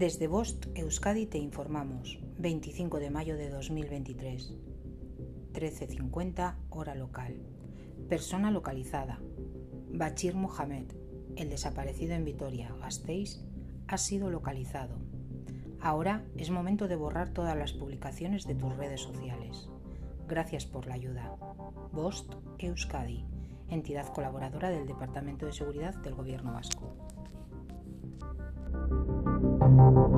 Desde Bost Euskadi te informamos, 25 de mayo de 2023, 13:50 hora local. Persona localizada. Bachir Mohamed, el desaparecido en Vitoria-Gasteiz, ha sido localizado. Ahora es momento de borrar todas las publicaciones de tus redes sociales. Gracias por la ayuda. Bost Euskadi, entidad colaboradora del Departamento de Seguridad del Gobierno Vasco.